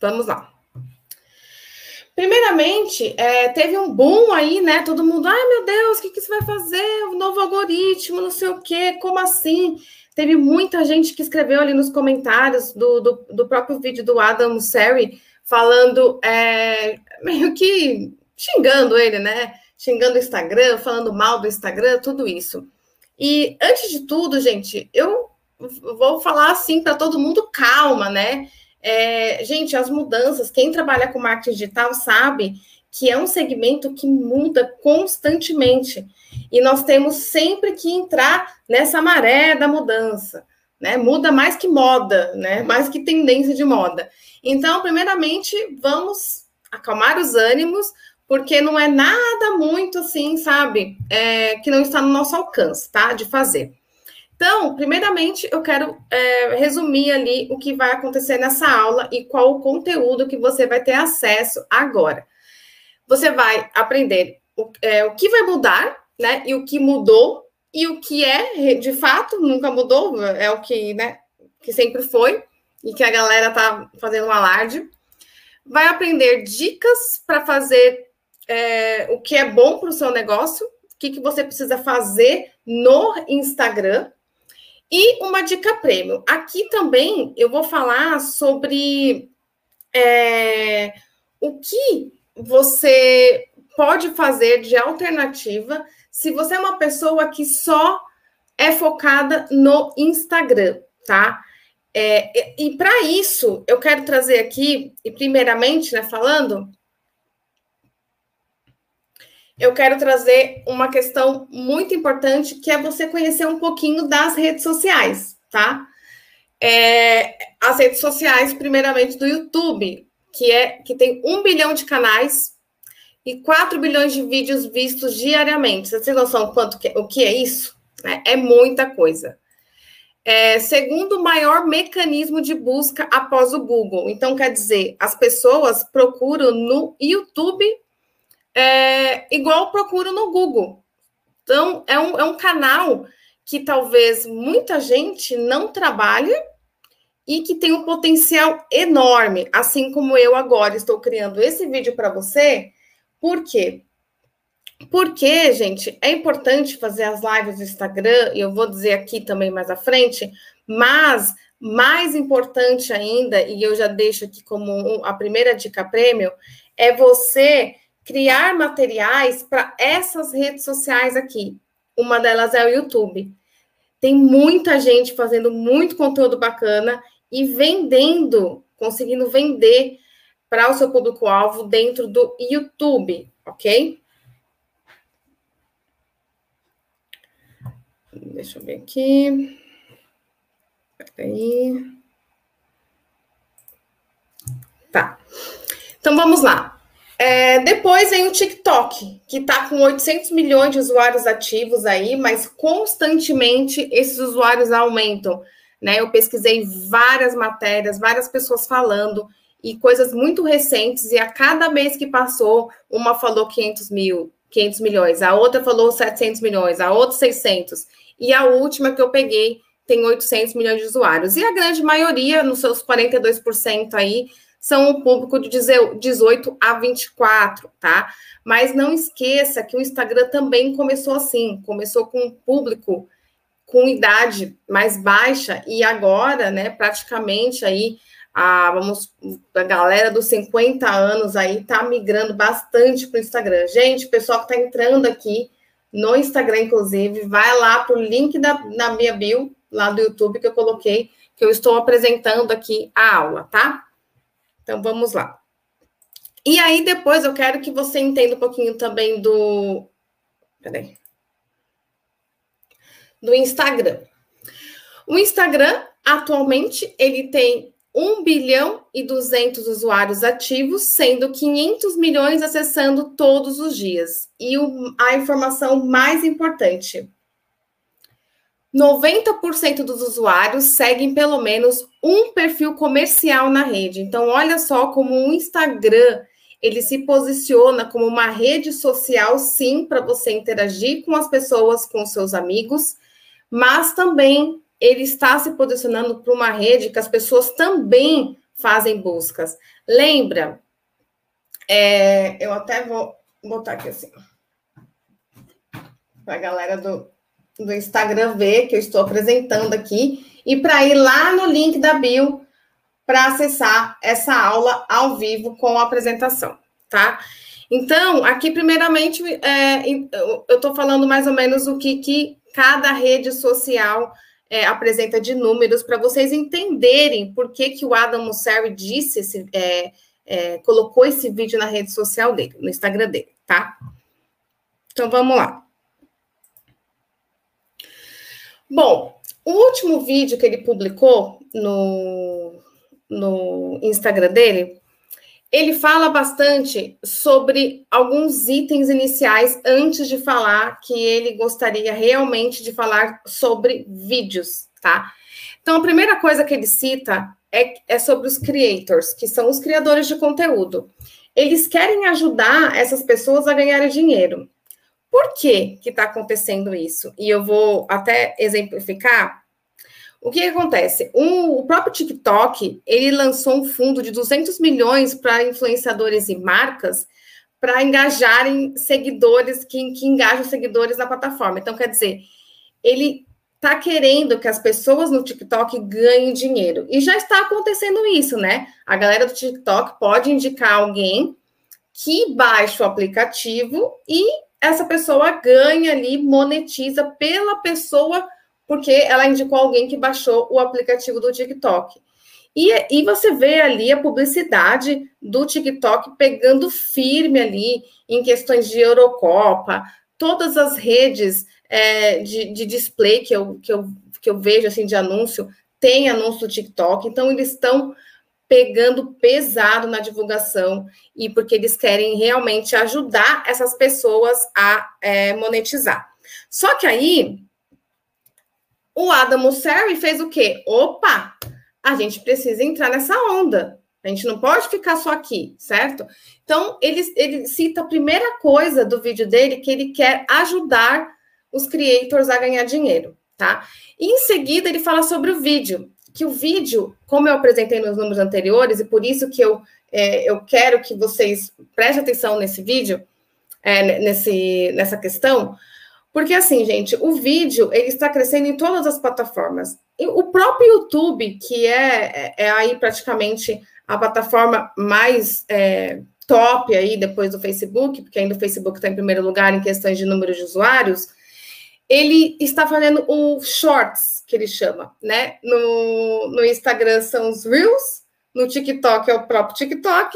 Vamos lá. Primeiramente, teve um boom aí, né? Todo mundo, ai meu Deus, o que isso vai fazer? O novo algoritmo, não sei o quê, como assim? Teve muita gente que escreveu ali nos comentários do próprio vídeo do Adam Mosseri, falando, meio que xingando ele, né? Xingando o Instagram, falando mal do Instagram, tudo isso. E antes de tudo, gente, eu vou falar assim para todo mundo, calma, né? Gente, as mudanças, quem trabalha com marketing digital sabe que é um segmento que muda constantemente. E nós temos sempre que entrar nessa maré da mudança, né? Muda mais que moda, né? Mais que tendência de moda. Então, primeiramente, vamos acalmar os ânimos, porque não é nada muito assim, sabe? Que não está no nosso alcance, tá? De fazer. Então, primeiramente, eu quero resumir ali o que vai acontecer nessa aula e qual o conteúdo que você vai ter acesso agora. Você vai aprender o que vai mudar, né? E o que mudou, e o que de fato, nunca mudou, é o que, né, que sempre foi, e que a galera tá fazendo um alarde. Vai aprender dicas para fazer o que é bom para o seu negócio, o que você precisa fazer no Instagram. E uma dica premium. Aqui também eu vou falar sobre o que você pode fazer de alternativa se você é uma pessoa que só é focada no Instagram, tá? E para isso, eu quero trazer aqui, e primeiramente, né, falando, eu quero trazer uma questão muito importante, que é você conhecer um pouquinho das redes sociais, tá? As redes sociais, primeiramente, do YouTube, que tem 1 bilhão de canais e 4 bilhões de vídeos vistos diariamente. Você tem noção o que é isso? É muita coisa. Segundo maior mecanismo de busca após o Google. Então, quer dizer, as pessoas procuram no YouTube igual procuram no Google. Então, é um canal que talvez muita gente não trabalhe e que tem um potencial enorme, assim como eu agora estou criando esse vídeo para você. Por quê? Porque, gente, é importante fazer as lives do Instagram, e eu vou dizer aqui também mais à frente, mas mais importante ainda, e eu já deixo aqui como a primeira dica premium, é você criar materiais para essas redes sociais aqui. Uma delas é o YouTube. Tem muita gente fazendo muito conteúdo bacana e vendendo, conseguindo vender para o seu público-alvo dentro do YouTube, ok? Deixa eu ver aqui. Peraí. Tá. Então, vamos lá. Depois vem o TikTok, que está com 800 milhões de usuários ativos aí, mas constantemente esses usuários aumentam, né? Eu pesquisei várias matérias, várias pessoas falando, e coisas muito recentes, e a cada mês que passou, uma falou 500 milhões, a outra falou 700 milhões, a outra 600, e a última que eu peguei tem 800 milhões de usuários. E a grande maioria, nos seus 42% aí, são um público de 18 a 24, tá? Mas não esqueça que o Instagram também começou assim, começou com um público com idade mais baixa, e agora, né, praticamente aí, a galera dos 50 anos aí tá migrando bastante para o Instagram. Gente, o pessoal que tá entrando aqui no Instagram, inclusive, vai lá pro link na minha bio, lá do YouTube, que eu coloquei, que eu estou apresentando aqui a aula, tá? Então, vamos lá. E aí, depois, eu quero que você entenda um pouquinho também do Instagram. O Instagram, atualmente, ele tem 1 bilhão e 200 usuários ativos, sendo 500 milhões acessando todos os dias. E a informação mais importante: 90% dos usuários seguem pelo menos um perfil comercial na rede. Então, olha só como o Instagram, ele se posiciona como uma rede social, sim, para você interagir com as pessoas, com seus amigos, mas também ele está se posicionando para uma rede que as pessoas também fazem buscas. Lembra? Eu até vou botar aqui assim, para a galera do Instagram ver que eu estou apresentando aqui, e para ir lá no link da bio para acessar essa aula ao vivo com a apresentação, tá? Então, aqui, primeiramente, eu estou falando mais ou menos o que cada rede social apresenta de números, para vocês entenderem por que o Adam Mosseri disse, colocou esse vídeo na rede social dele, no Instagram dele, tá? Então, vamos lá. Bom, o último vídeo que ele publicou no Instagram dele, ele fala bastante sobre alguns itens iniciais antes de falar que ele gostaria realmente de falar sobre vídeos, tá? Então, a primeira coisa que ele cita é sobre os creators, que são os criadores de conteúdo. Eles querem ajudar essas pessoas a ganharem dinheiro. Por que está acontecendo isso? E eu vou até exemplificar. O que acontece? O próprio TikTok, ele lançou um fundo de 200 milhões para influenciadores e marcas para engajarem seguidores, que engajam seguidores na plataforma. Então, quer dizer, ele está querendo que as pessoas no TikTok ganhem dinheiro. E já está acontecendo isso, né? A galera do TikTok pode indicar alguém que baixa o aplicativo e essa pessoa ganha ali, monetiza pela pessoa, porque ela indicou alguém que baixou o aplicativo do TikTok. E você vê ali a publicidade do TikTok pegando firme ali em questões de Eurocopa, todas as redes de display que eu vejo assim, de anúncio, tem anúncio do TikTok, então eles estão pegando pesado na divulgação e porque eles querem realmente ajudar essas pessoas a monetizar. Só que aí, o Adam Mosseri fez o quê? Opa, a gente precisa entrar nessa onda. A gente não pode ficar só aqui, certo? Então, ele cita a primeira coisa do vídeo dele, que ele quer ajudar os creators a ganhar dinheiro, tá? E em seguida, ele fala sobre o vídeo. Que o vídeo, como eu apresentei nos números anteriores, e por isso que eu quero que vocês prestem atenção nesse vídeo, nessa questão, porque assim, gente, o vídeo, ele está crescendo em todas as plataformas. E o próprio YouTube, que é aí praticamente a plataforma mais top aí depois do Facebook, porque ainda o Facebook está em primeiro lugar em questões de número de usuários, ele está fazendo o Shorts, que ele chama, né? No Instagram são os Reels, no TikTok é o próprio TikTok,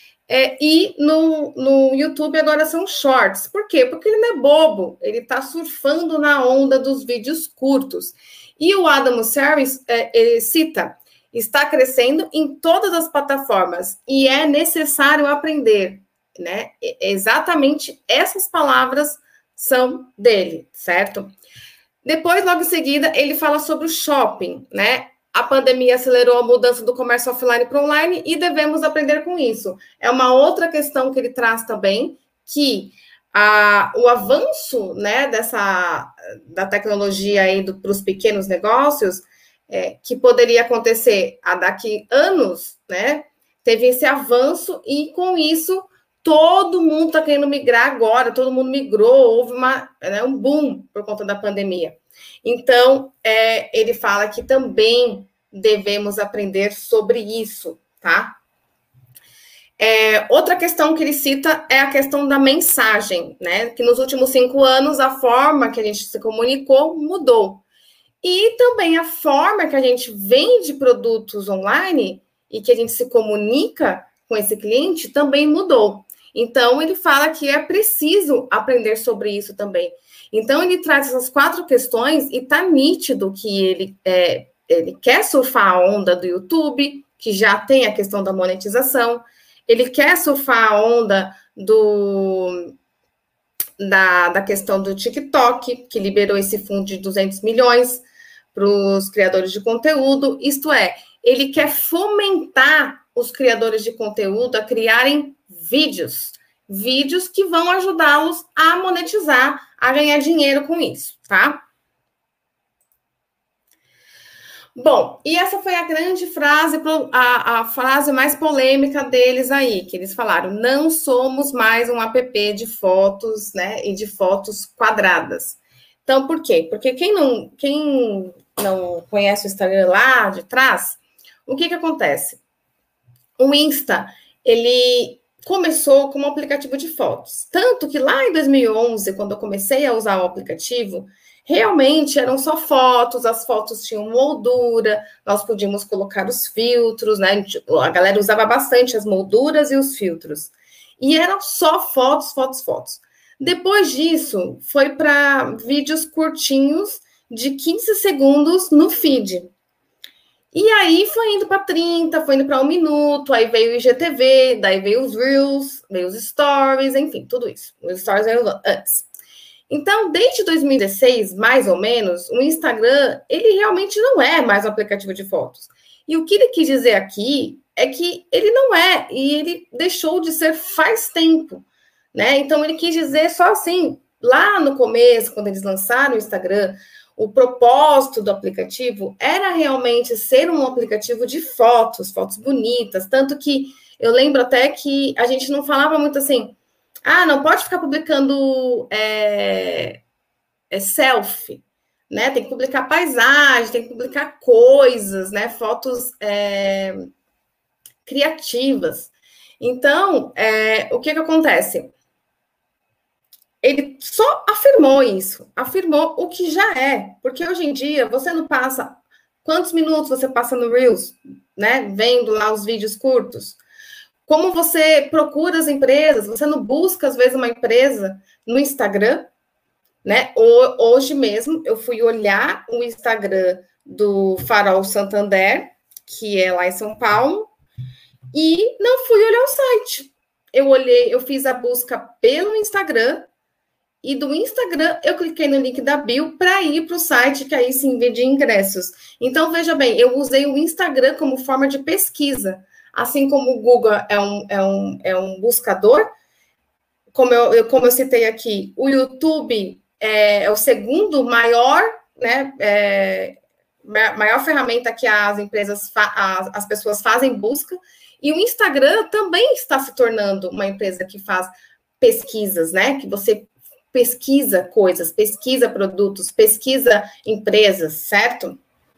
e no YouTube agora são Shorts. Por quê? Porque ele não é bobo, ele está surfando na onda dos vídeos curtos. E o Adam Mosseri ele cita, está crescendo em todas as plataformas e é necessário aprender, né? Exatamente essas palavras são dele, certo? Depois, logo em seguida, ele fala sobre o shopping, né? A pandemia acelerou a mudança do comércio offline para online e devemos aprender com isso. É uma outra questão que ele traz também, que o avanço, né, da tecnologia aí para os pequenos negócios, que poderia acontecer daqui anos, né? Teve esse avanço e, com isso, todo mundo está querendo migrar agora, todo mundo migrou, houve um boom por conta da pandemia. Então, ele fala que também devemos aprender sobre isso, tá? Outra questão que ele cita é a questão da mensagem, né? Que nos últimos 5 anos a forma que a gente se comunicou mudou. E também a forma que a gente vende produtos online e que a gente se comunica com esse cliente também mudou. Então, ele fala que é preciso aprender sobre isso também. Então, ele traz essas 4 questões e está nítido que ele quer surfar a onda do YouTube, que já tem a questão da monetização, ele quer surfar a onda da questão do TikTok, que liberou esse fundo de 200 milhões para os criadores de conteúdo, isto é, ele quer fomentar os criadores de conteúdo a criarem vídeos que vão ajudá-los a monetizar, a ganhar dinheiro com isso, tá? Bom, e essa foi a grande frase, a frase mais polêmica deles aí, que eles falaram: não somos mais um app de fotos, né, e de fotos quadradas. Então, por quê? Porque quem não conhece o Instagram lá de trás, o que acontece? O Insta, ele começou como um aplicativo de fotos. Tanto que lá em 2011, quando eu comecei a usar o aplicativo, realmente eram só fotos, as fotos tinham moldura, nós podíamos colocar os filtros, né? A galera usava bastante as molduras e os filtros. E eram só fotos, fotos, fotos. Depois disso, foi para vídeos curtinhos de 15 segundos no feed. E aí foi indo para 30, foi indo para 1 minuto, aí veio o IGTV, daí veio os Reels, veio os Stories, enfim, tudo isso. Os Stories eram antes. Então, desde 2016, mais ou menos, o Instagram, ele realmente não é mais um aplicativo de fotos. E o que ele quis dizer aqui é que ele não é, e ele deixou de ser faz tempo, né? Então, ele quis dizer só assim, lá no começo, quando eles lançaram o Instagram, o propósito do aplicativo era realmente ser um aplicativo de fotos, fotos bonitas, tanto que eu lembro até que a gente não falava muito assim, não pode ficar publicando selfie, né? Tem que publicar paisagem, tem que publicar coisas, né? Fotos criativas. Então, o que acontece? Ele só afirmou isso, afirmou o que já é, porque hoje em dia você não passa quantos minutos você passa no Reels, né? Vendo lá os vídeos curtos. Como você procura as empresas, você não busca às vezes uma empresa no Instagram, né? Hoje mesmo eu fui olhar o Instagram do Farol Santander, que é lá em São Paulo, e não fui olhar o site. Eu fiz a busca pelo Instagram. E do Instagram, eu cliquei no link da bio para ir para o site, que aí sim vende ingressos. Então, veja bem, eu usei o Instagram como forma de pesquisa. Assim como o Google é um buscador, como eu citei aqui, o YouTube é o segundo maior, né? Maior ferramenta que as empresas, as pessoas fazem busca. E o Instagram também está se tornando uma empresa que faz pesquisas, né? Que você pesquisa coisas, pesquisa produtos, pesquisa empresas, certo?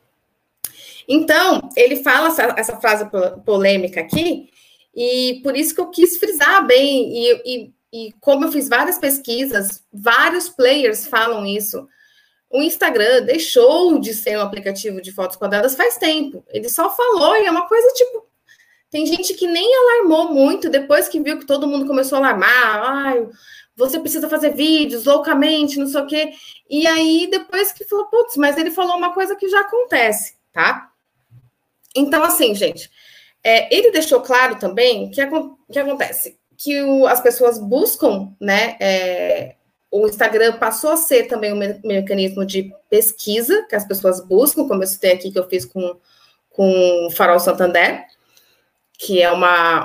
Então, ele fala essa frase polêmica aqui, e por isso que eu quis frisar bem, e como eu fiz várias pesquisas, vários players falam isso. O Instagram deixou de ser um aplicativo de fotos quadradas faz tempo. Ele só falou, e é uma coisa tipo... Tem gente que nem alarmou muito, depois que viu que todo mundo começou a alarmar, você precisa fazer vídeos loucamente, não sei o quê. E aí, depois que falou, putz, mas ele falou uma coisa que já acontece, tá? Então, assim, gente, ele deixou claro também que acontece, que as pessoas buscam, né? O Instagram passou a ser também um mecanismo de pesquisa, que as pessoas buscam, como eu citei aqui, que eu fiz com o Farol Santander, que é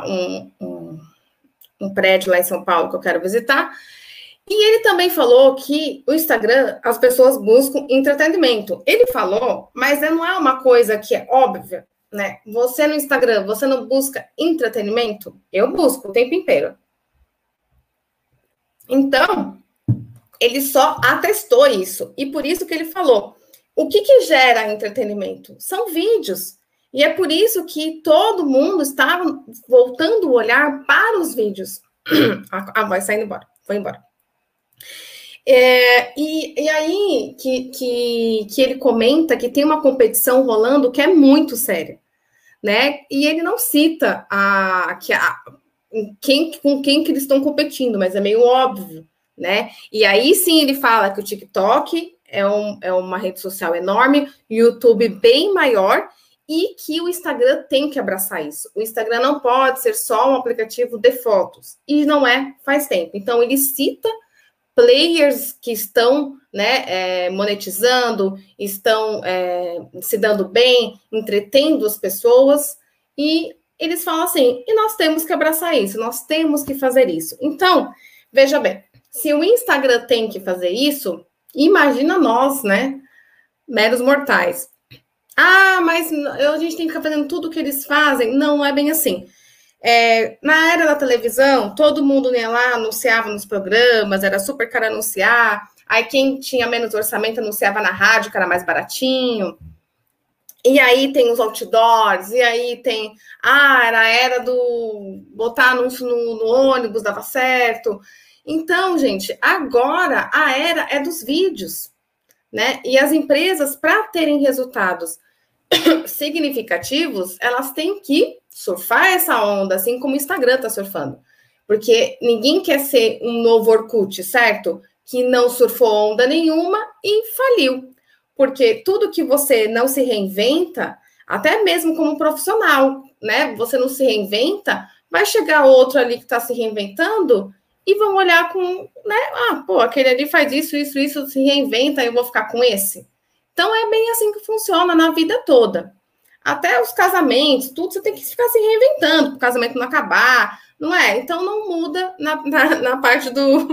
um prédio lá em São Paulo que eu quero visitar. E ele também falou que o Instagram, as pessoas buscam entretenimento. Ele falou, mas não é uma coisa que é óbvia, né? Você no Instagram, você não busca entretenimento? Eu busco o tempo inteiro. Então, ele só atestou isso. E por isso que ele falou, o que gera entretenimento? São vídeos. E é por isso que todo mundo estava voltando o olhar para os vídeos. Vai saindo embora. Foi embora. E aí que ele comenta que tem uma competição rolando que é muito séria, né? E ele não cita com quem que eles estão competindo, mas é meio óbvio, né? E aí sim ele fala que o TikTok é uma rede social enorme, YouTube bem maior, e que o Instagram tem que abraçar isso. O Instagram não pode ser só um aplicativo de fotos, e não faz tempo. Então ele cita players que estão, né, monetizando, estão se dando bem, entretendo as pessoas, e eles falam assim, e nós temos que abraçar isso, nós temos que fazer isso. Então, veja bem, se o Instagram tem que fazer isso, imagina nós, né, meros mortais. Ah, mas a gente tem que ficar fazendo tudo o que eles fazem. Não, não é bem assim. Na era da televisão, todo mundo ia lá, anunciava nos programas, era super caro anunciar. Aí quem tinha menos orçamento anunciava na rádio, que era mais baratinho. E aí tem os outdoors, e aí tem... era a era do botar anúncio no ônibus, dava certo. Então, gente, agora a era é dos vídeos, né? E as empresas, para terem resultados significativos, elas têm que surfar essa onda, assim como o Instagram está surfando. Porque ninguém quer ser um novo Orkut, certo? Que não surfou onda nenhuma e faliu. Porque tudo que você não se reinventa, até mesmo como profissional, né? Você não se reinventa, vai chegar outro ali que está se reinventando e vão olhar com, né? Aquele ali faz isso, se reinventa, eu vou ficar com esse. Então é bem assim que funciona na vida toda. Até os casamentos, tudo você tem que ficar se reinventando para o casamento não acabar, não é? Então não muda na parte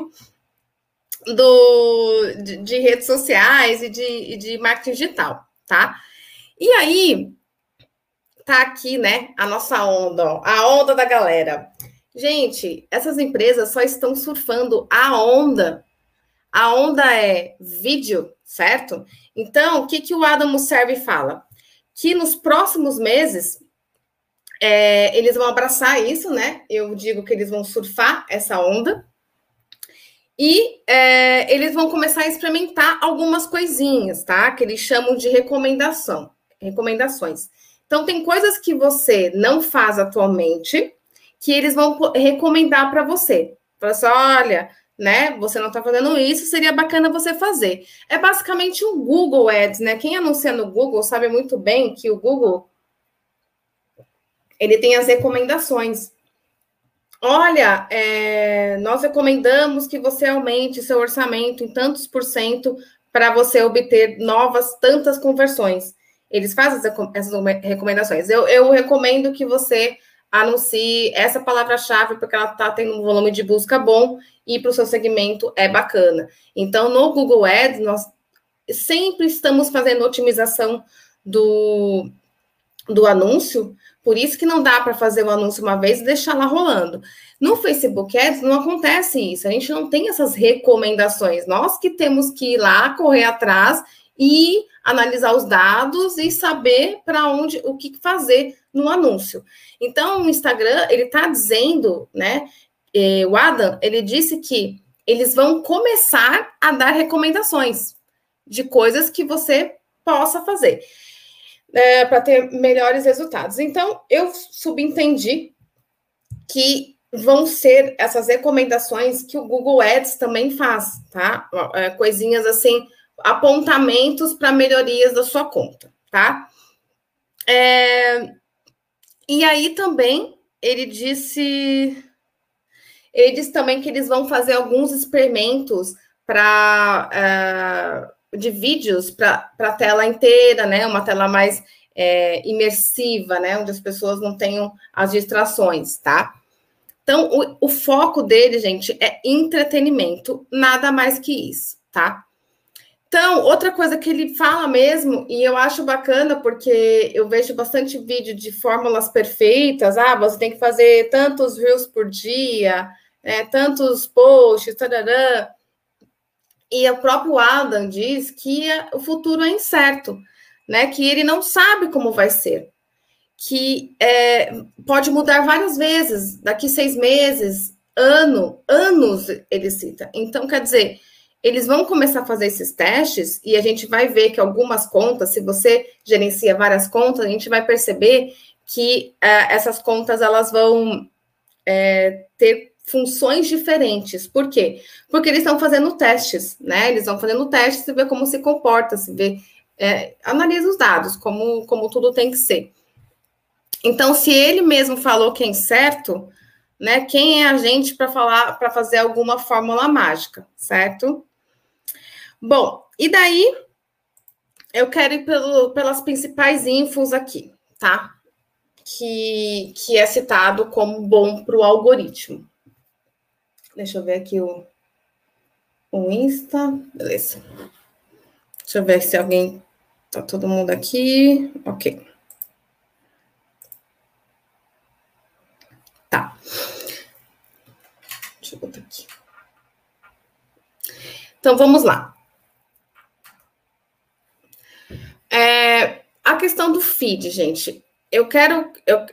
de redes sociais e de marketing digital, tá? E aí, tá aqui, né, a nossa onda, ó, a onda da galera. Gente, essas empresas só estão surfando a onda. A onda é vídeo, certo? Então, o que o Adam Mosseri fala? Que nos próximos meses, eles vão abraçar isso, né? Eu digo que eles vão surfar essa onda. E eles vão começar a experimentar algumas coisinhas, tá? Que eles chamam de recomendações. Então, tem coisas que você não faz atualmente que eles vão recomendar para você. Fala assim, olha, né? Você não está fazendo isso, seria bacana você fazer. É basicamente um Google Ads, né? Quem anuncia no Google sabe muito bem que o Google ele tem as recomendações. Olha, nós recomendamos que você aumente seu orçamento em tantos por cento para você obter novas tantas conversões. Eles fazem essas recomendações. Eu recomendo que você anuncie essa palavra-chave, porque ela está tendo um volume de busca bom e para o seu segmento é bacana. Então, no Google Ads, nós sempre estamos fazendo otimização do anúncio, por isso que não dá para fazer o anúncio uma vez e deixar lá rolando. No Facebook Ads não acontece isso, a gente não tem essas recomendações, nós que temos que ir lá, correr atrás e analisar os dados e saber para onde, o que fazer no anúncio. Então, o Instagram, ele está dizendo, né, o Adam, ele disse que eles vão começar a dar recomendações de coisas que você possa fazer. Para ter melhores resultados. Então, eu subentendi que vão ser essas recomendações que o Google Ads também faz, tá? Coisinhas assim, apontamentos para melhorias da sua conta, tá? E aí também ele disse também que eles vão fazer alguns experimentos de vídeos para a tela inteira, né? Uma tela mais imersiva, né? Onde as pessoas não tenham as distrações, tá? Então, o foco dele, gente, é entretenimento, nada mais que isso, tá? Então, outra coisa que ele fala mesmo, e eu acho bacana, porque eu vejo bastante vídeo de fórmulas perfeitas, você tem que fazer tantos reels por dia, tantos posts, tarará. E o próprio Adam diz que o futuro é incerto, né? Que ele não sabe como vai ser, que pode mudar várias vezes, daqui 6 meses, anos, ele cita. Então, quer dizer, eles vão começar a fazer esses testes e a gente vai ver que algumas contas, se você gerencia várias contas, a gente vai perceber que essas contas, elas vão ter funções diferentes. Por quê? Porque eles estão fazendo testes, né? Eles vão fazendo testes e ver como se comporta, se vê, analisa os dados, como tudo tem que ser. Então, se ele mesmo falou que é incerto, né? Quem é a gente para fazer alguma fórmula mágica, certo? Bom, e daí eu quero ir pelas principais infos aqui, tá? Que é citado como bom para o algoritmo. Deixa eu ver aqui o Insta. Beleza. Deixa eu ver se alguém Tá todo mundo aqui? Ok. Tá. Deixa eu botar aqui. Então, vamos lá. A questão do feed, gente. Eu quero...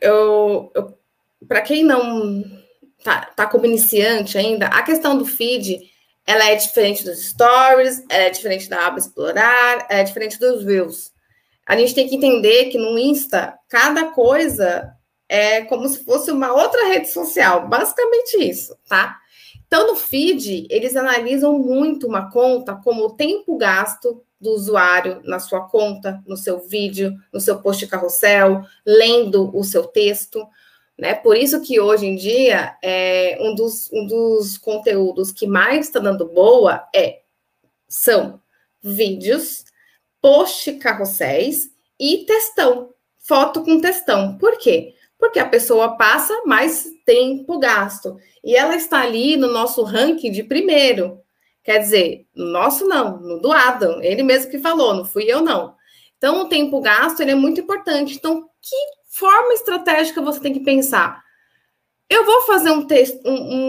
para quem não tá como iniciante ainda, a questão do feed, ela é diferente dos stories, ela é diferente da aba explorar, ela é diferente dos reels. A gente tem que entender que no Insta, cada coisa é como se fosse uma outra rede social, basicamente isso, tá? Então, no feed, eles analisam muito uma conta como o tempo gasto do usuário na sua conta, no seu vídeo, no seu post carrossel, lendo o seu texto, né? Por isso que hoje em dia, um dos conteúdos que mais está dando boa são vídeos, post carrosséis e textão, foto com textão. Por quê? Porque a pessoa passa mais tempo gasto. E ela está ali no nosso ranking de primeiro. Quer dizer, no nosso não, no do Adam. Ele mesmo que falou, não fui eu não. Então, o tempo gasto, ele é muito importante. Então, que forma estratégica você tem que pensar? Eu vou fazer um texto,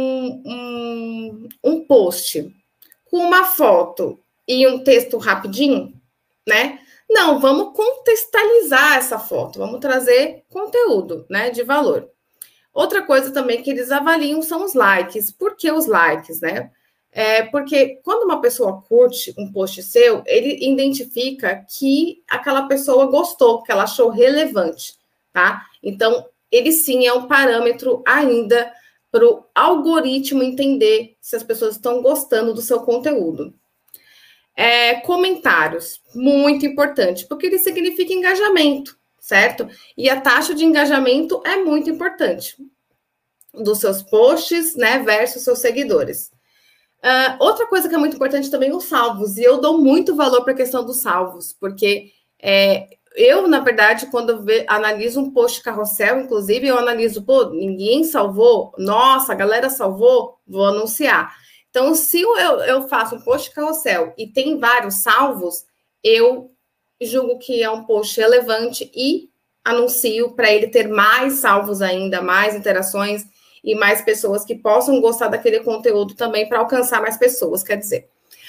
um post com uma foto e um texto rapidinho, né? Não, vamos contextualizar essa foto, vamos trazer conteúdo, né, de valor. Outra coisa também que eles avaliam são os likes. Por que os likes, né? Porque quando uma pessoa curte um post seu, ele identifica que aquela pessoa gostou, que ela achou relevante, tá? Então, ele sim é um parâmetro ainda para o algoritmo entender se as pessoas estão gostando do seu conteúdo. Comentários, muito importante, porque ele significa engajamento, certo? E a taxa de engajamento é muito importante dos seus posts, né, versus seus seguidores. Outra coisa que é muito importante também, os salvos, e eu dou muito valor para a questão dos salvos, porque eu, na verdade, quando analiso um post carrossel, inclusive, eu analiso, pô, ninguém salvou, nossa, a galera salvou, vou anunciar. Então, se eu faço um post carrossel e tem vários salvos, eu julgo que é um post relevante e anuncio para ele ter mais salvos ainda, mais interações e mais pessoas que possam gostar daquele conteúdo também para alcançar mais pessoas, quer dizer.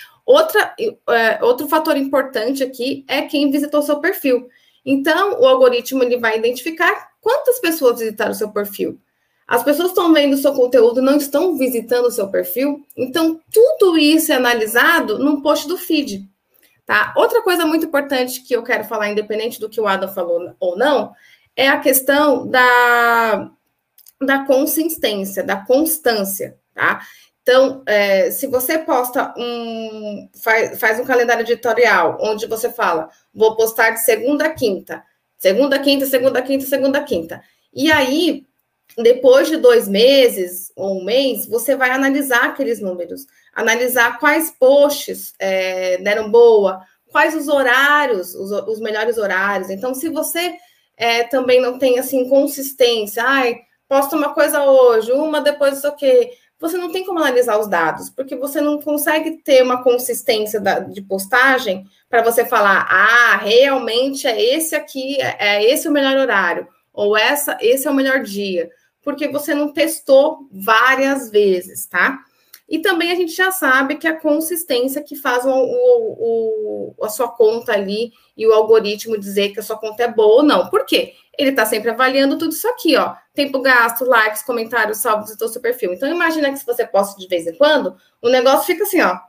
Outro fator importante aqui é quem visitou seu perfil. Então, o algoritmo ele vai identificar quantas pessoas visitaram o seu perfil. As pessoas estão vendo o seu conteúdo, não estão visitando o seu perfil. Então, tudo isso é analisado num post do feed, tá? Outra coisa muito importante que eu quero falar, independente do que o Adam falou ou não, é a questão da consistência, da constância, tá? Então, se você posta faz um calendário editorial, onde você fala, vou postar de segunda a quinta, segunda, quinta, segunda, quinta, segunda, quinta. E aí, depois de 2 meses ou 1 mês, você vai analisar aqueles números, analisar quais posts deram boa, quais os horários, os melhores horários. Então, se você também não tem, assim, consistência, posta uma coisa hoje, uma depois isso aqui, você não tem como analisar os dados, porque você não consegue ter uma consistência de postagem para você falar, realmente é esse aqui, é esse o melhor horário, ou esse é o melhor dia, porque você não testou várias vezes, tá? E também a gente já sabe que a consistência que faz a sua conta ali e o algoritmo dizer que a sua conta é boa ou não. Por quê? Ele está sempre avaliando tudo isso aqui, ó. Tempo gasto, likes, comentários, salvos do seu perfil. Então, imagina que se você posta de vez em quando, o negócio fica assim, ó.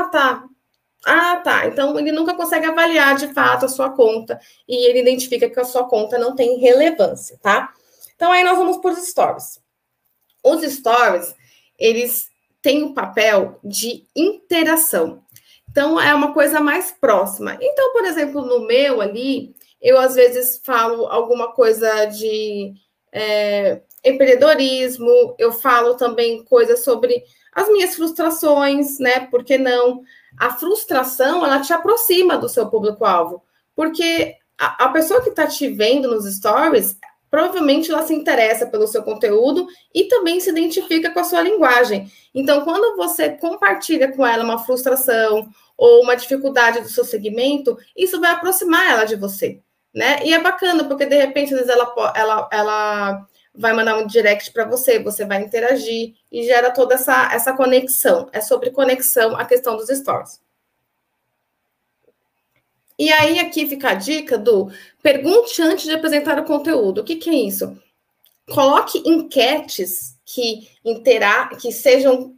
Tá. Então, ele nunca consegue avaliar de fato a sua conta e ele identifica que a sua conta não tem relevância, tá? Então, aí nós vamos para os stories. Os stories, eles têm o papel de interação. Então, é uma coisa mais próxima. Então, por exemplo, no meu ali, eu às vezes falo alguma coisa de empreendedorismo, eu falo também coisas sobre as minhas frustrações, né? Por que não? A frustração, ela te aproxima do seu público-alvo, porque a pessoa que está te vendo nos stories, provavelmente ela se interessa pelo seu conteúdo e também se identifica com a sua linguagem. Então, quando você compartilha com ela uma frustração ou uma dificuldade do seu segmento, isso vai aproximar ela de você, né? E é bacana, porque de repente, às vezes, ela vai mandar um direct para você, você vai interagir e gera toda essa conexão. É sobre conexão a questão dos stories. E aí, aqui fica a dica do pergunte antes de apresentar o conteúdo. O que é isso? Coloque enquetes que sejam...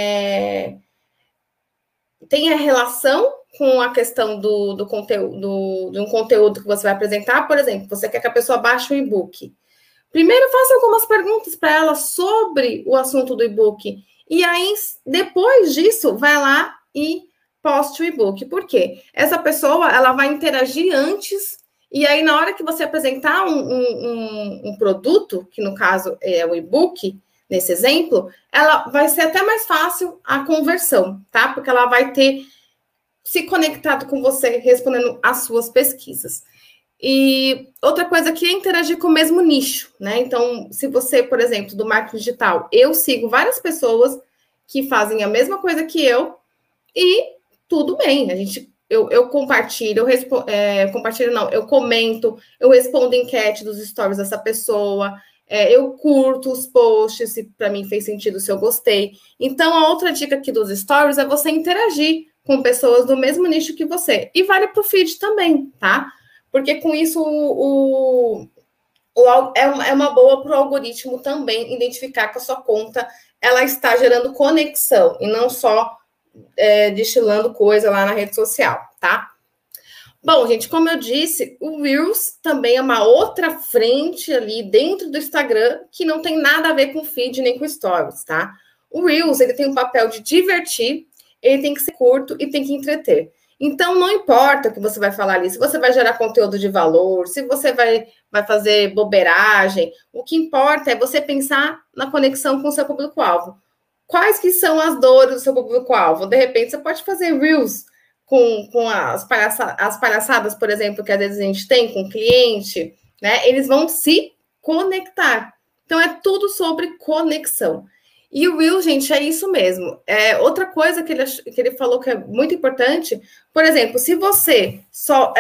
tenha relação com a questão do conteúdo, de um conteúdo que você vai apresentar. Por exemplo, você quer que a pessoa baixe o e-book. Primeiro, faça algumas perguntas para ela sobre o assunto do e-book. E aí, depois disso, vai lá e poste o e-book. Por quê? Essa pessoa, ela vai interagir antes, e aí, na hora que você apresentar um produto, que no caso é o e-book, nesse exemplo, ela vai ser até mais fácil a conversão, tá? Porque ela vai ter se conectado com você, respondendo às suas pesquisas. E outra coisa aqui é interagir com o mesmo nicho, né? Então, se você, por exemplo, do marketing digital, eu sigo várias pessoas que fazem a mesma coisa que eu e tudo bem, eu compartilho, eu comento, eu respondo enquete dos stories dessa pessoa, eu curto os posts, se para mim fez sentido, se eu gostei. Então, a outra dica aqui dos stories é você interagir com pessoas do mesmo nicho que você. E vale para o feed também, tá? Porque com isso é uma boa para o algoritmo também identificar que a sua conta ela está gerando conexão e não só destilando coisa lá na rede social, tá? Bom, gente, como eu disse, o Reels também é uma outra frente ali dentro do Instagram que não tem nada a ver com feed nem com stories, tá? O Reels, ele tem um papel de divertir, ele tem que ser curto e tem que entreter. Então, não importa o que você vai falar ali, se você vai gerar conteúdo de valor, se você vai fazer bobeiragem, o que importa é você pensar na conexão com o seu público-alvo. Quais que são as dores do seu público-alvo? De repente, você pode fazer Reels com as palhaçadas, por exemplo, que às vezes a gente tem com o cliente, né? Eles vão se conectar. Então, é tudo sobre conexão. E o Reels, gente, é isso mesmo. Outra coisa que ele falou que é muito importante, por exemplo, se você só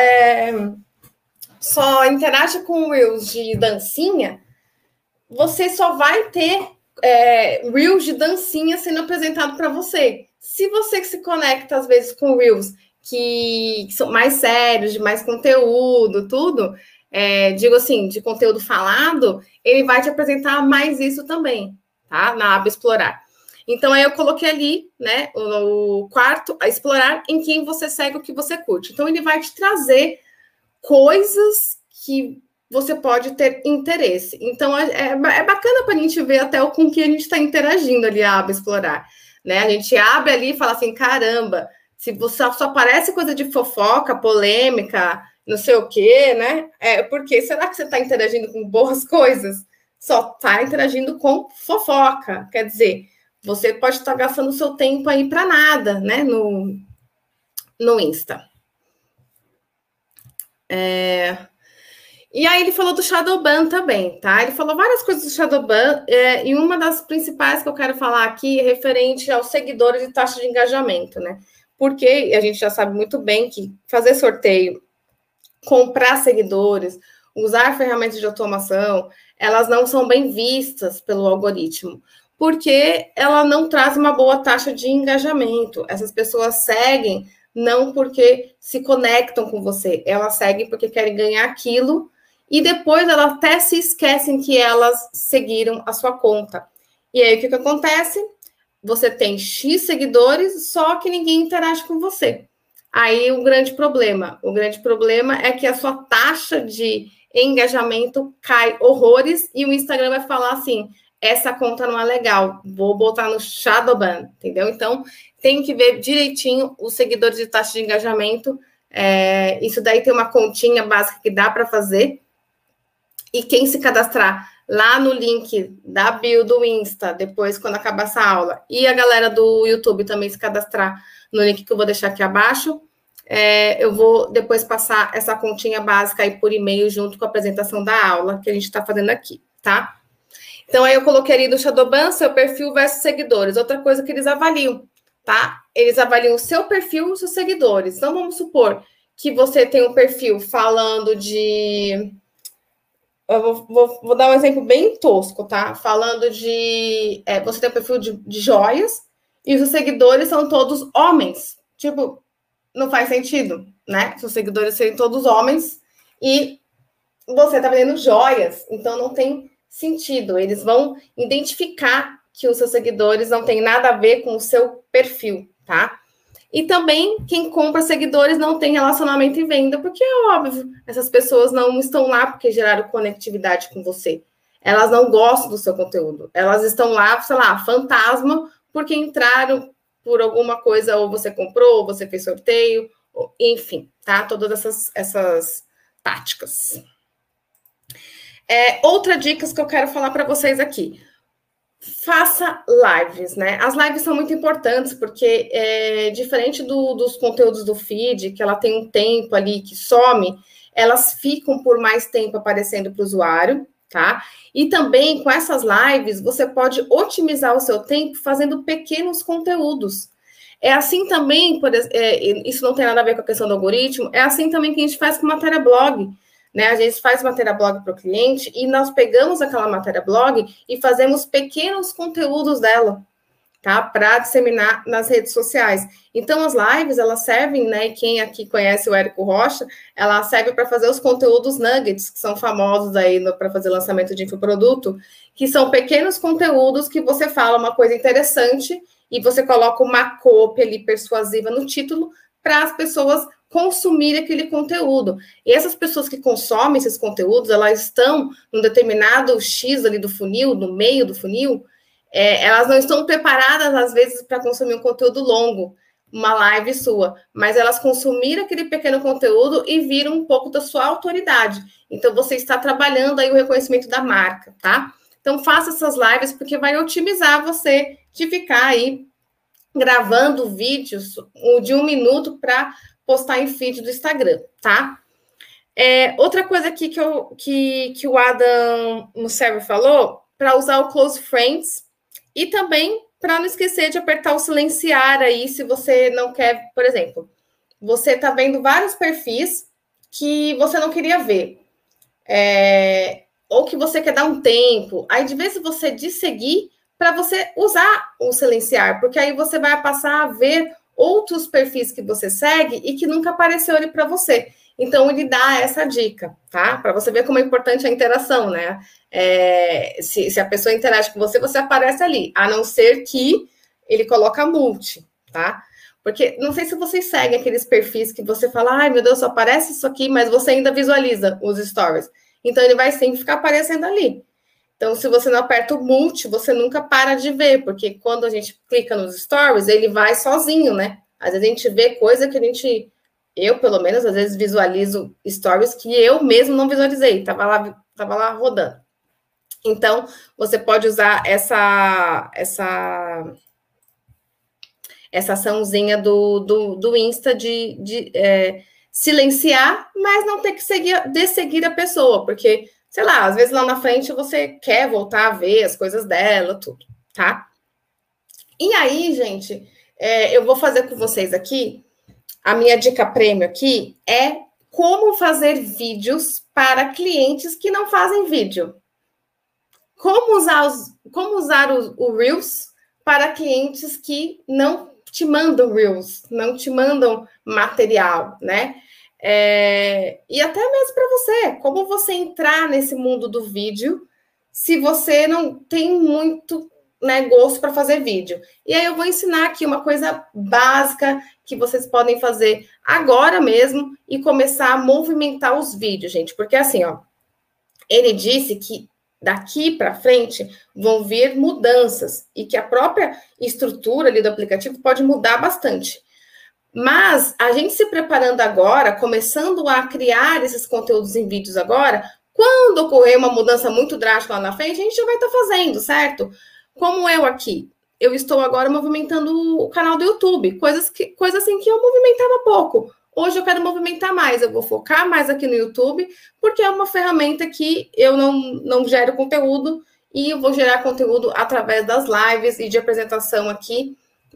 interage com o Reels de dancinha, você só vai ter Reels de dancinha sendo apresentado para você. Se você se conecta, às vezes, com Reels que são mais sérios, de mais conteúdo, tudo, digo assim, de conteúdo falado, ele vai te apresentar mais isso também, tá? Na aba Explorar. Então, aí eu coloquei ali, né, o quarto, a Explorar, em quem você segue, o que você curte. Então, ele vai te trazer coisas que você pode ter interesse. Então, é bacana para a gente ver até com que a gente está interagindo ali a aba Explorar, né? A gente abre ali e fala assim, caramba, se você só aparece coisa de fofoca, polêmica, não sei o quê, né? Porque será que você está interagindo com boas coisas? Só está interagindo com fofoca. Quer dizer, você pode estar gastando o seu tempo aí para nada, né? No Insta. E aí ele falou do Shadowban também, tá? Ele falou várias coisas do Shadowban, e uma das principais que eu quero falar aqui é referente aos seguidores e taxa de engajamento, né? Porque a gente já sabe muito bem que fazer sorteio, comprar seguidores, usar ferramentas de automação, elas não são bem vistas pelo algoritmo, porque ela não traz uma boa taxa de engajamento. Essas pessoas seguem não porque se conectam com você, elas seguem porque querem ganhar aquilo e depois elas até se esquecem que elas seguiram a sua conta. E aí, o que acontece? Você tem X seguidores, só que ninguém interage com você. Aí, o grande problema é que a sua taxa de engajamento cai horrores e o Instagram vai falar assim, essa conta não é legal, vou botar no Shadowban, entendeu? Então, tem que ver direitinho os seguidores de taxa de engajamento. Isso daí tem uma continha básica que dá para fazer. E quem se cadastrar lá no link da bio do Insta, depois, quando acabar essa aula, e a galera do YouTube também se cadastrar no link que eu vou deixar aqui abaixo, Eu vou depois passar essa continha básica aí por e-mail junto com a apresentação da aula que a gente está fazendo aqui, tá? Então, aí eu coloquei ali do Shadowban, seu perfil versus seguidores. Outra coisa que eles avaliam, tá? Eles avaliam o seu perfil e os seus seguidores. Então, vamos supor que você tem um perfil falando de... Eu vou dar um exemplo bem tosco, tá? Falando de... você tem um perfil de joias e os seus seguidores são todos homens. Tipo, não faz sentido, né? Seus seguidores serem todos homens e você tá vendendo joias. Então, não tem sentido. Eles vão identificar que os seus seguidores não têm nada a ver com o seu perfil, tá? E também, quem compra seguidores não tem relacionamento e venda, porque é óbvio, essas pessoas não estão lá porque geraram conectividade com você. Elas não gostam do seu conteúdo. Elas estão lá, sei lá, fantasma, porque entraram por alguma coisa, ou você comprou, ou você fez sorteio, enfim, tá? Todas essas táticas. Outra dica que eu quero falar para vocês aqui. Faça lives, né? As lives são muito importantes, porque diferente dos conteúdos do feed, que ela tem um tempo ali que some, elas ficam por mais tempo aparecendo para o usuário, tá? E também, com essas lives, você pode otimizar o seu tempo fazendo pequenos conteúdos. É assim também, isso não tem nada a ver com a questão do algoritmo, é assim também que a gente faz com matéria blog. Né? A gente faz matéria blog para o cliente e nós pegamos aquela matéria blog e fazemos pequenos conteúdos dela, tá? Para disseminar nas redes sociais. Então, as lives, elas servem, né? Quem aqui conhece o Érico Rocha, ela serve para fazer os conteúdos nuggets, que são famosos aí para fazer lançamento de infoproduto, que são pequenos conteúdos que você fala uma coisa interessante e você coloca uma copy ali persuasiva no título para as pessoas consumir aquele conteúdo. E essas pessoas que consomem esses conteúdos, elas estão num determinado X ali do funil, no meio do funil, elas não estão preparadas, às vezes, para consumir um conteúdo longo, uma live sua, mas elas consumiram aquele pequeno conteúdo e viram um pouco da sua autoridade. Então, você está trabalhando aí o reconhecimento da marca, tá? Então, faça essas lives, porque vai otimizar você de ficar aí gravando vídeos de 1 minuto para postar em feed do Instagram, tá? Outra coisa aqui que o Adam Mosseri falou, para usar o Close Friends e também para não esquecer de apertar o silenciar aí, se você não quer, por exemplo, você tá vendo vários perfis que você não queria ver, ou que você quer dar um tempo, aí de vez em você desseguir para você usar o silenciar, porque aí você vai passar a ver outros perfis que você segue e que nunca apareceu ali para você. Então, ele dá essa dica, tá? Para você ver como é importante a interação, né? Se a pessoa interage com você, você aparece ali, a não ser que ele coloca multi, tá? Porque não sei se vocês seguem aqueles perfis que você fala, ai, meu Deus, só aparece isso aqui, mas você ainda visualiza os stories. Então, ele vai sempre ficar aparecendo ali. Então, se você não aperta o multi, você nunca para de ver, porque quando a gente clica nos stories, ele vai sozinho, né? Às vezes a gente vê coisa que eu, pelo menos, às vezes visualizo stories que eu mesmo não visualizei, tava lá rodando. Então, você pode usar essa açãozinha do Insta de silenciar, mas não ter que desseguir a pessoa, porque sei lá, às vezes lá na frente você quer voltar a ver as coisas dela, tudo, tá? E aí, gente, eu vou fazer com vocês aqui, a minha dica prêmio aqui é como fazer vídeos para clientes que não fazem vídeo. Como usar o Reels para clientes que não te mandam Reels, não te mandam material, né? E até mesmo para você, como você entrar nesse mundo do vídeo se você não tem muito, né, gosto para fazer vídeo. E aí eu vou ensinar aqui uma coisa básica que vocês podem fazer agora mesmo e começar a movimentar os vídeos, gente, porque assim, ó, ele disse que daqui para frente vão vir mudanças e que a própria estrutura ali do aplicativo pode mudar bastante. Mas a gente se preparando agora, começando a criar esses conteúdos em vídeos agora, quando ocorrer uma mudança muito drástica lá na frente, a gente já vai estar fazendo, certo? Como eu aqui, eu estou agora movimentando o canal do YouTube, coisa assim que eu movimentava pouco. Hoje eu quero movimentar mais, eu vou focar mais aqui no YouTube, porque é uma ferramenta que eu não gero conteúdo e eu vou gerar conteúdo através das lives e de apresentação aqui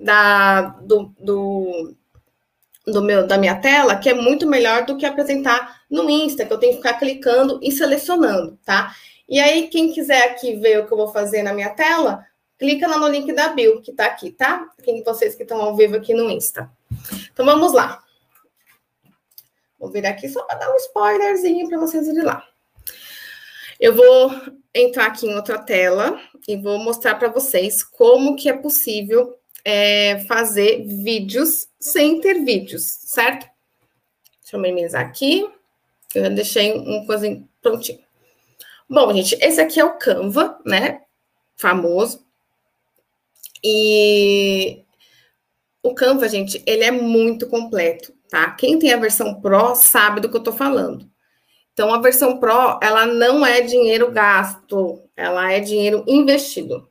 da minha tela, que é muito melhor do que apresentar no Insta, que eu tenho que ficar clicando e selecionando, tá? E aí, quem quiser aqui ver o que eu vou fazer na minha tela, clica lá no link da bio, que tá aqui, tá? Quem vocês que estão ao vivo aqui no Insta. Então, vamos lá. Vou virar aqui só para dar um spoilerzinho para vocês irem lá. Eu vou entrar aqui em outra tela e vou mostrar para vocês como que é possível fazer vídeos sem ter vídeos, certo? Deixa eu minimizar aqui. Eu já deixei um coisinho prontinho. Bom, gente, esse aqui é o Canva, né? Famoso. E o Canva, gente, ele é muito completo, tá? Quem tem a versão Pro sabe do que eu tô falando. Então, a versão Pro, ela não é dinheiro gasto, ela é dinheiro investido.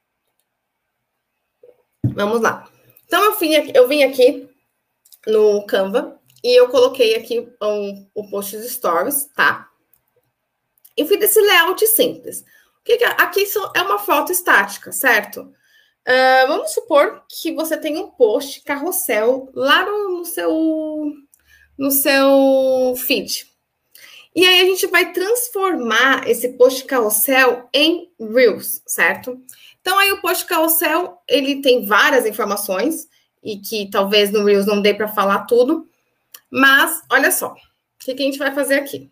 Vamos lá. Então, eu vim aqui no Canva e eu coloquei aqui o post de stories, tá? E fiz esse layout simples. Aqui é uma foto estática, certo? Vamos supor que você tem um post carrossel lá no seu feed. E aí a gente vai transformar esse post carrossel em Reels, certo? Então aí o post carrossel, ele tem várias informações e que talvez no Reels não dê para falar tudo, mas olha só, o que a gente vai fazer aqui?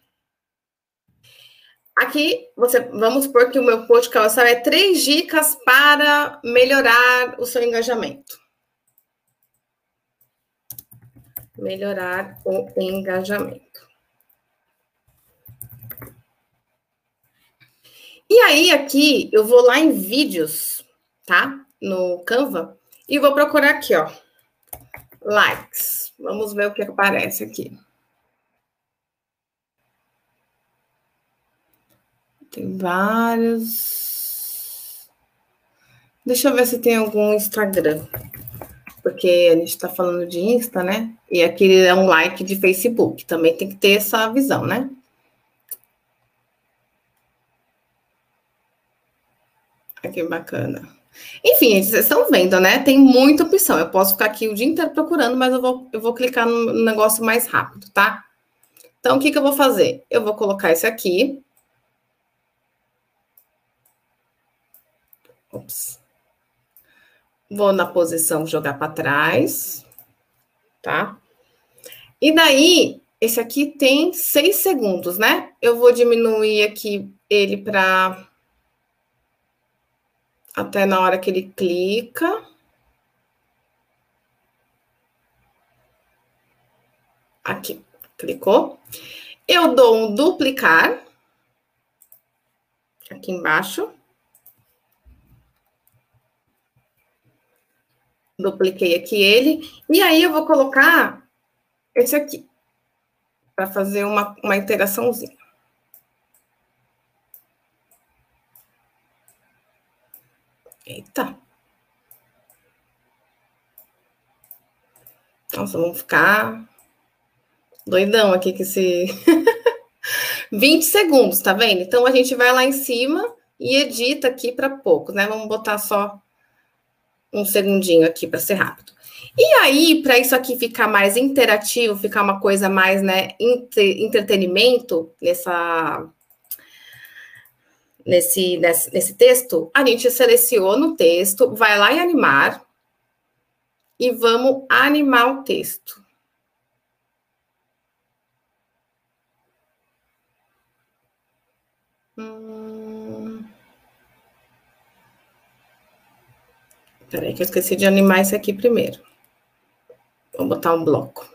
Aqui, vamos supor que o meu post carrossel é 3 dicas para melhorar o seu engajamento. Melhorar o engajamento. E aí, aqui, eu vou lá em vídeos, tá? No Canva, e vou procurar aqui, ó. Likes. Vamos ver o que aparece aqui. Tem vários. Deixa eu ver se tem algum Instagram. Porque a gente tá falando de Insta, né? E aqui é um like de Facebook. Também tem que ter essa visão, né? Que bacana. Enfim, vocês estão vendo, né? Tem muita opção. Eu posso ficar aqui o dia inteiro procurando, mas eu vou clicar no negócio mais rápido, tá? Então, o que eu vou fazer? Eu vou colocar esse aqui. Ops. Vou na posição jogar para trás, tá? E daí, esse aqui tem 6 segundos, né? Eu vou diminuir aqui ele para até na hora que ele clica. Aqui, clicou. Eu dou um duplicar. Aqui embaixo. Dupliquei aqui ele. E aí, eu vou colocar esse aqui. Para fazer uma interaçãozinha. Eita. Nossa, vamos ficar doidão aqui com esse 20 segundos, tá vendo? Então, a gente vai lá em cima e edita aqui para pouco, né? Vamos botar só um segundinho aqui para ser rápido. E aí, para isso aqui ficar mais interativo, ficar uma coisa mais, né, entretenimento nesse texto, a gente seleciona o texto, vai lá em animar e vamos animar o texto. Peraí que eu esqueci de animar isso aqui primeiro. Vou botar um bloco.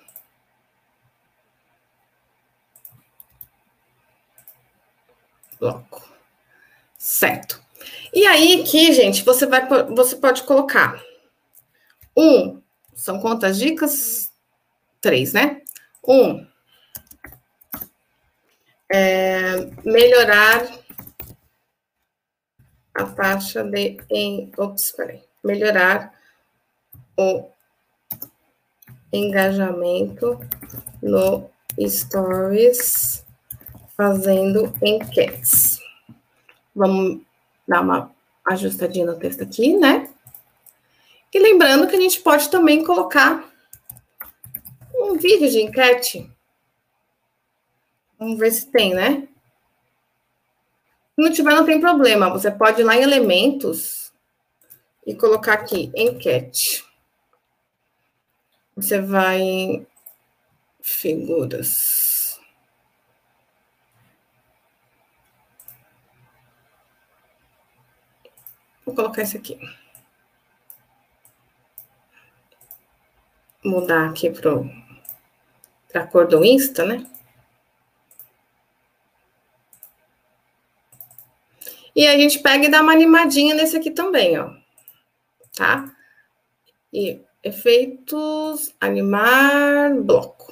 Bloco. Certo. E aí aqui, gente, você pode colocar são quantas dicas? 3, né? Melhorar a taxa melhorar o engajamento no Stories fazendo enquetes. Vamos dar uma ajustadinha no texto aqui, né? E lembrando que a gente pode também colocar um vídeo de enquete. Vamos ver se tem, né? Se não tiver, não tem problema. Você pode ir lá em elementos e colocar aqui, enquete. Você vai em figuras. Vou colocar esse aqui. Mudar aqui para a cor do Insta, né? E a gente pega e dá uma animadinha nesse aqui também, ó. Tá? E efeitos, animar, bloco.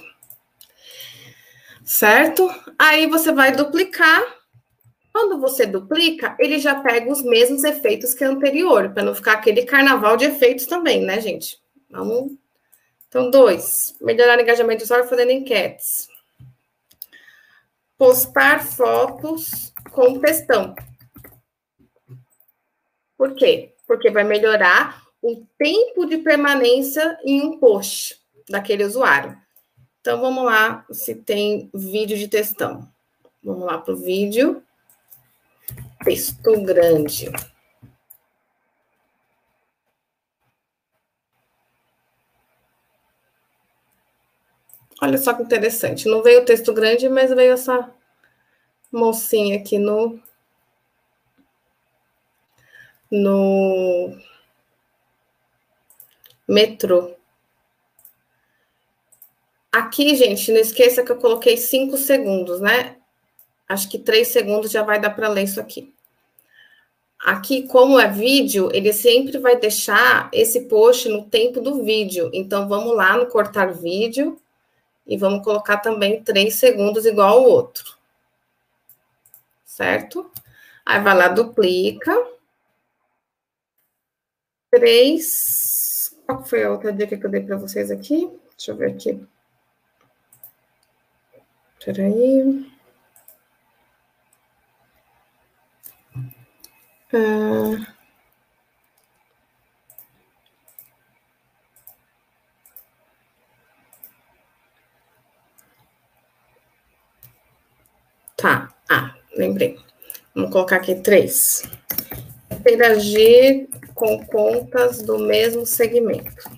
Certo? Aí você vai duplicar. Quando você duplica, ele já pega os mesmos efeitos que o anterior, para não ficar aquele carnaval de efeitos também, né, gente? Vamos. Então, 2. Melhorar o engajamento do usuário fazendo enquetes. Postar fotos com textão. Por quê? Porque vai melhorar o tempo de permanência em um post daquele usuário. Então, vamos lá se tem vídeo de textão. Vamos lá para o vídeo. Texto grande. Olha só que interessante. Não veio o texto grande, mas veio essa mocinha aqui no metrô. Aqui, gente, não esqueça que eu coloquei 5 segundos, né? Acho que 3 segundos já vai dar para ler isso aqui. Aqui, como é vídeo, ele sempre vai deixar esse post no tempo do vídeo. Então, vamos lá no cortar vídeo e vamos colocar também 3 segundos igual ao outro. Certo? Aí, vai lá, duplica. 3. Qual foi a outra dica que eu dei para vocês aqui? Deixa eu ver aqui. Peraí. Tá. Lembrei. Vamos colocar aqui 3. Interagir com contas do mesmo segmento.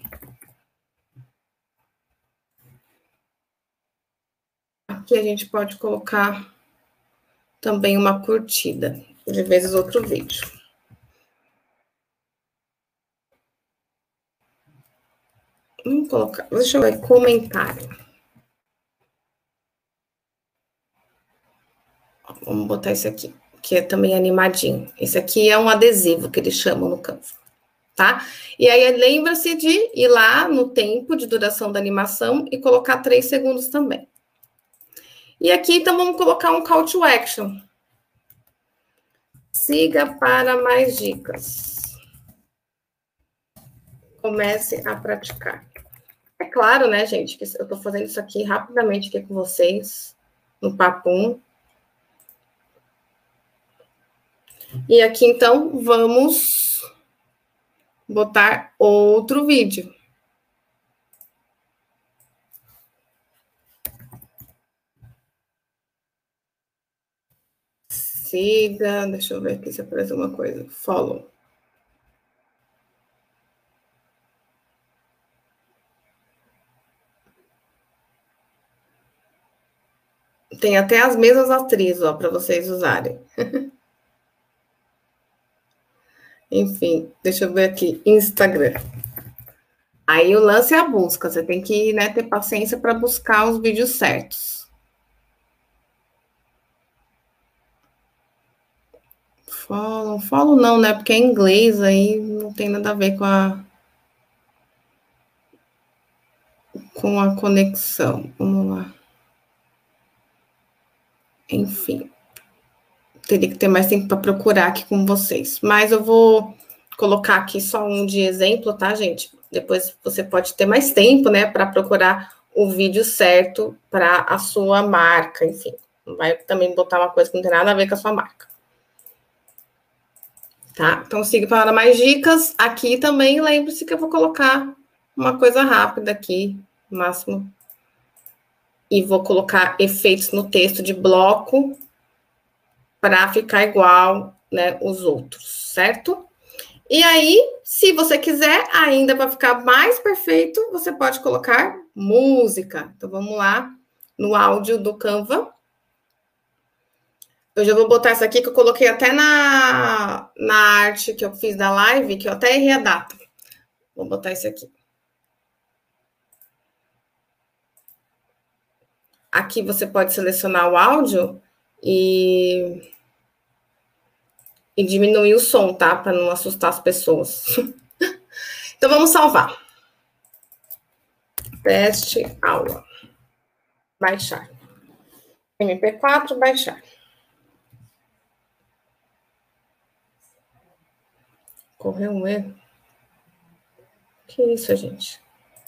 Aqui a gente pode colocar também uma curtida, de vezes outro vídeo. Vamos colocar, deixa eu ver, comentário. Vamos botar esse aqui, que é também animadinho. Esse aqui é um adesivo que eles chamam no Canva, tá? E aí lembra-se de ir lá no tempo de duração da animação e colocar 3 segundos também. E aqui, então, vamos colocar um call to action. Siga para mais dicas. Comece a praticar. É claro, né, gente, que eu estou fazendo isso aqui rapidamente aqui com vocês, no Papum. E aqui, então, vamos botar outro vídeo. Siga, deixa eu ver aqui se aparece alguma coisa. Follow. Tem até as mesmas atrizes, ó, para vocês usarem. Enfim, deixa eu ver aqui. Instagram. Aí o lance é a busca. Você tem que, né, ter paciência para buscar os vídeos certos. Follow não, né? Porque é em inglês, aí não tem nada a ver com a conexão. Vamos lá. Enfim. Teria que ter mais tempo para procurar aqui com vocês. Mas eu vou colocar aqui só um de exemplo, tá, gente? depois você pode ter mais tempo, né, para procurar o vídeo certo para a sua marca, enfim. Não vai também botar uma coisa que não tem nada a ver com a sua marca. Tá? Então, siga para mais dicas. Aqui também, lembre-se que eu vou colocar uma coisa rápida aqui, no máximo. E vou colocar efeitos no texto de bloco para ficar igual, né, os outros, certo? E aí, se você quiser, ainda para ficar mais perfeito, você pode colocar música. Então, vamos lá no áudio do Canva. Eu já vou botar essa aqui que eu coloquei até na arte que eu fiz da live, que eu até errei a data. Vou botar esse aqui. Aqui você pode selecionar o áudio e diminuir o som, tá? Para não assustar as pessoas. Então, vamos salvar. Teste aula. Baixar. MP4, baixar. Correu um erro. Que isso, gente?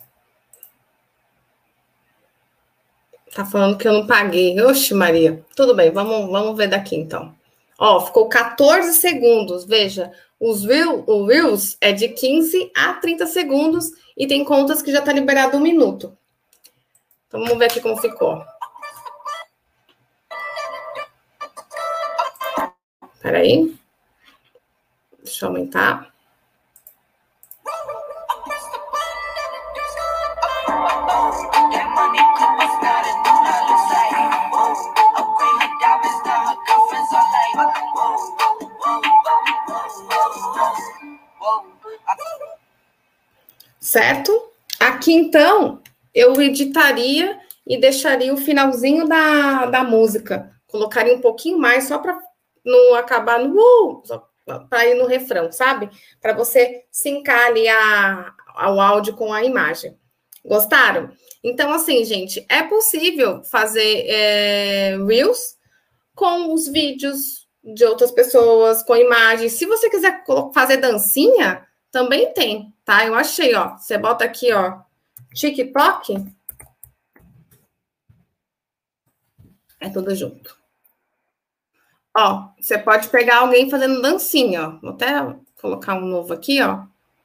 Tá falando que eu não paguei. Oxe, Maria. Tudo bem, vamos ver daqui, então. Ó, ficou 14 segundos. Veja, o Reels é de 15 a 30 segundos e tem contas que já tá liberado 1 minuto. Então, vamos ver aqui como ficou. Peraí. Deixa eu aumentar. Certo? Aqui, então, eu editaria e deixaria o finalzinho da música. Colocaria um pouquinho mais, só para não acabar no... para ir no refrão, sabe? Para você sincar ali ao áudio com a imagem. Gostaram? Então, assim, gente, é possível fazer Reels com os vídeos de outras pessoas, com imagens. Se você quiser fazer dancinha, também tem, tá? Eu achei, ó. Você bota aqui, ó, TikTok. É tudo junto. Ó, você pode pegar alguém fazendo dancinha, ó. Vou até colocar um novo aqui, ó.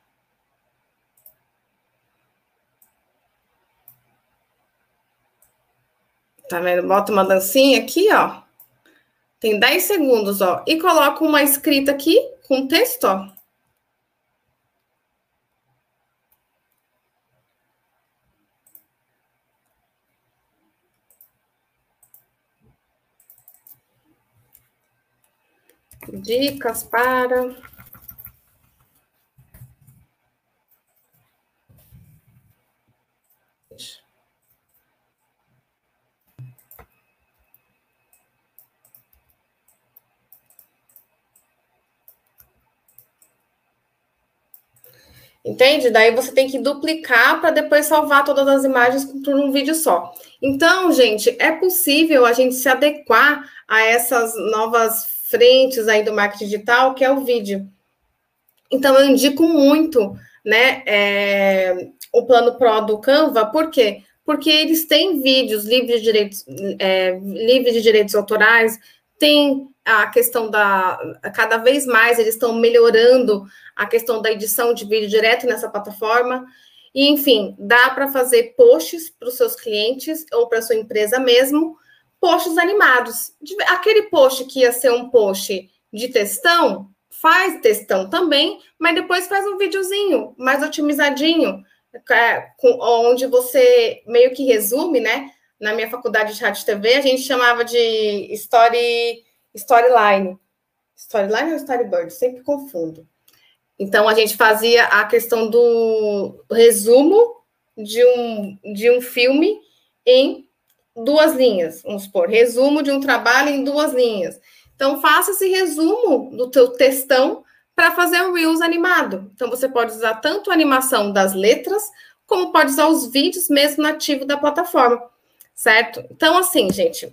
Tá vendo? Bota uma dancinha aqui, ó. Tem 10 segundos, ó. E coloca uma escrita aqui com texto, ó. Dicas para... Entende? Daí você tem que duplicar para depois salvar todas as imagens por um vídeo só. Então, gente, é possível a gente se adequar a essas novas frentes aí do marketing digital, que é o vídeo. Então, eu indico muito, né, o Plano Pro do Canva. Por quê? Porque eles têm vídeos livres de direitos autorais, tem a questão cada vez mais eles estão melhorando a questão da edição de vídeo direto nessa plataforma. E, enfim, dá para fazer posts para os seus clientes ou para a sua empresa mesmo, posts animados. Aquele post que ia ser um post de textão, faz textão também, mas depois faz um videozinho mais otimizadinho, onde você meio que resume, né? Na minha faculdade de rádio e TV, a gente chamava de storyline. Storyline ou storyboard? Sempre confundo. Então, a gente fazia a questão do resumo de um filme em 2 linhas. Vamos supor, resumo de um trabalho em 2 linhas. Então, faça esse resumo do teu textão para fazer o Reels animado. Então, você pode usar tanto a animação das letras, como pode usar os vídeos mesmo nativo da plataforma, certo? Então, assim, gente...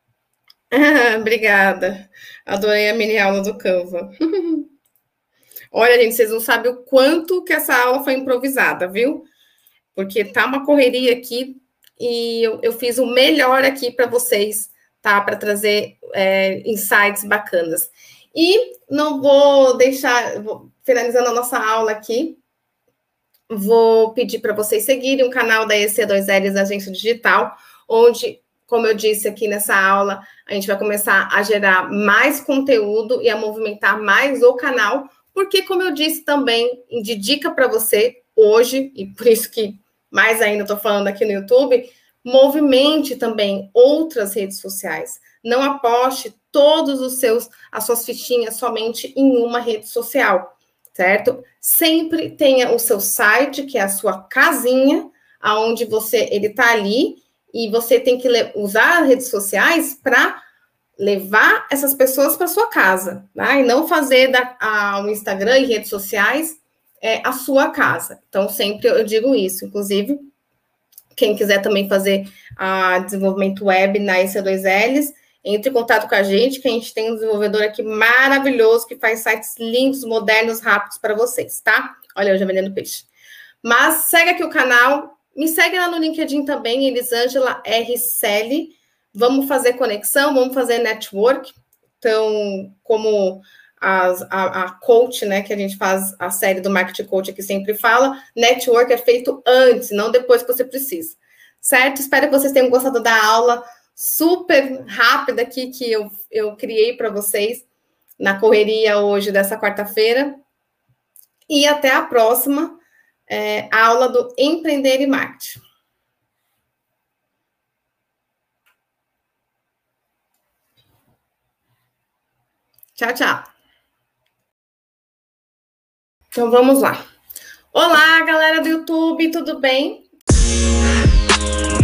Obrigada. Adorei a mini aula do Canva. Olha, gente, vocês não sabem o quanto que essa aula foi improvisada, viu? Porque tá uma correria aqui e eu fiz o melhor aqui para vocês, tá? Para trazer insights bacanas. E não vou deixar, finalizando a nossa aula aqui, vou pedir para vocês seguirem o canal da EC2Ls Agência Digital, onde, como eu disse aqui nessa aula, a gente vai começar a gerar mais conteúdo e a movimentar mais o canal, porque, como eu disse também, de dica para você hoje, e por isso que mais ainda estou falando aqui no YouTube, movimente também outras redes sociais. Não aposte todos as suas fichinhas somente em uma rede social, certo? Sempre tenha o seu site, que é a sua casinha, aonde ele está ali, e você tem que usar as redes sociais para levar essas pessoas para sua casa, tá? E não fazer o Instagram e redes sociais a sua casa. Então, sempre eu digo isso. Inclusive, quem quiser também fazer desenvolvimento web na EC2Ls, entre em contato com a gente, que a gente tem um desenvolvedor aqui maravilhoso que faz sites lindos, modernos, rápidos para vocês, tá? Olha, eu já vendendo peixe. Mas segue aqui o canal, me segue lá no LinkedIn também, Elisângela R. Selle. Vamos fazer conexão, vamos fazer network. Então, como a coach, né, que a gente faz a série do Marketing Coach aqui sempre fala, network é feito antes, não depois que você precisa. Certo? Espero que vocês tenham gostado da aula super rápida aqui que eu criei para vocês na correria hoje dessa quarta-feira. E até a próxima aula do Empreender e Marketing. Tchau, tchau. Então, vamos lá. Olá, galera do YouTube, tudo bem?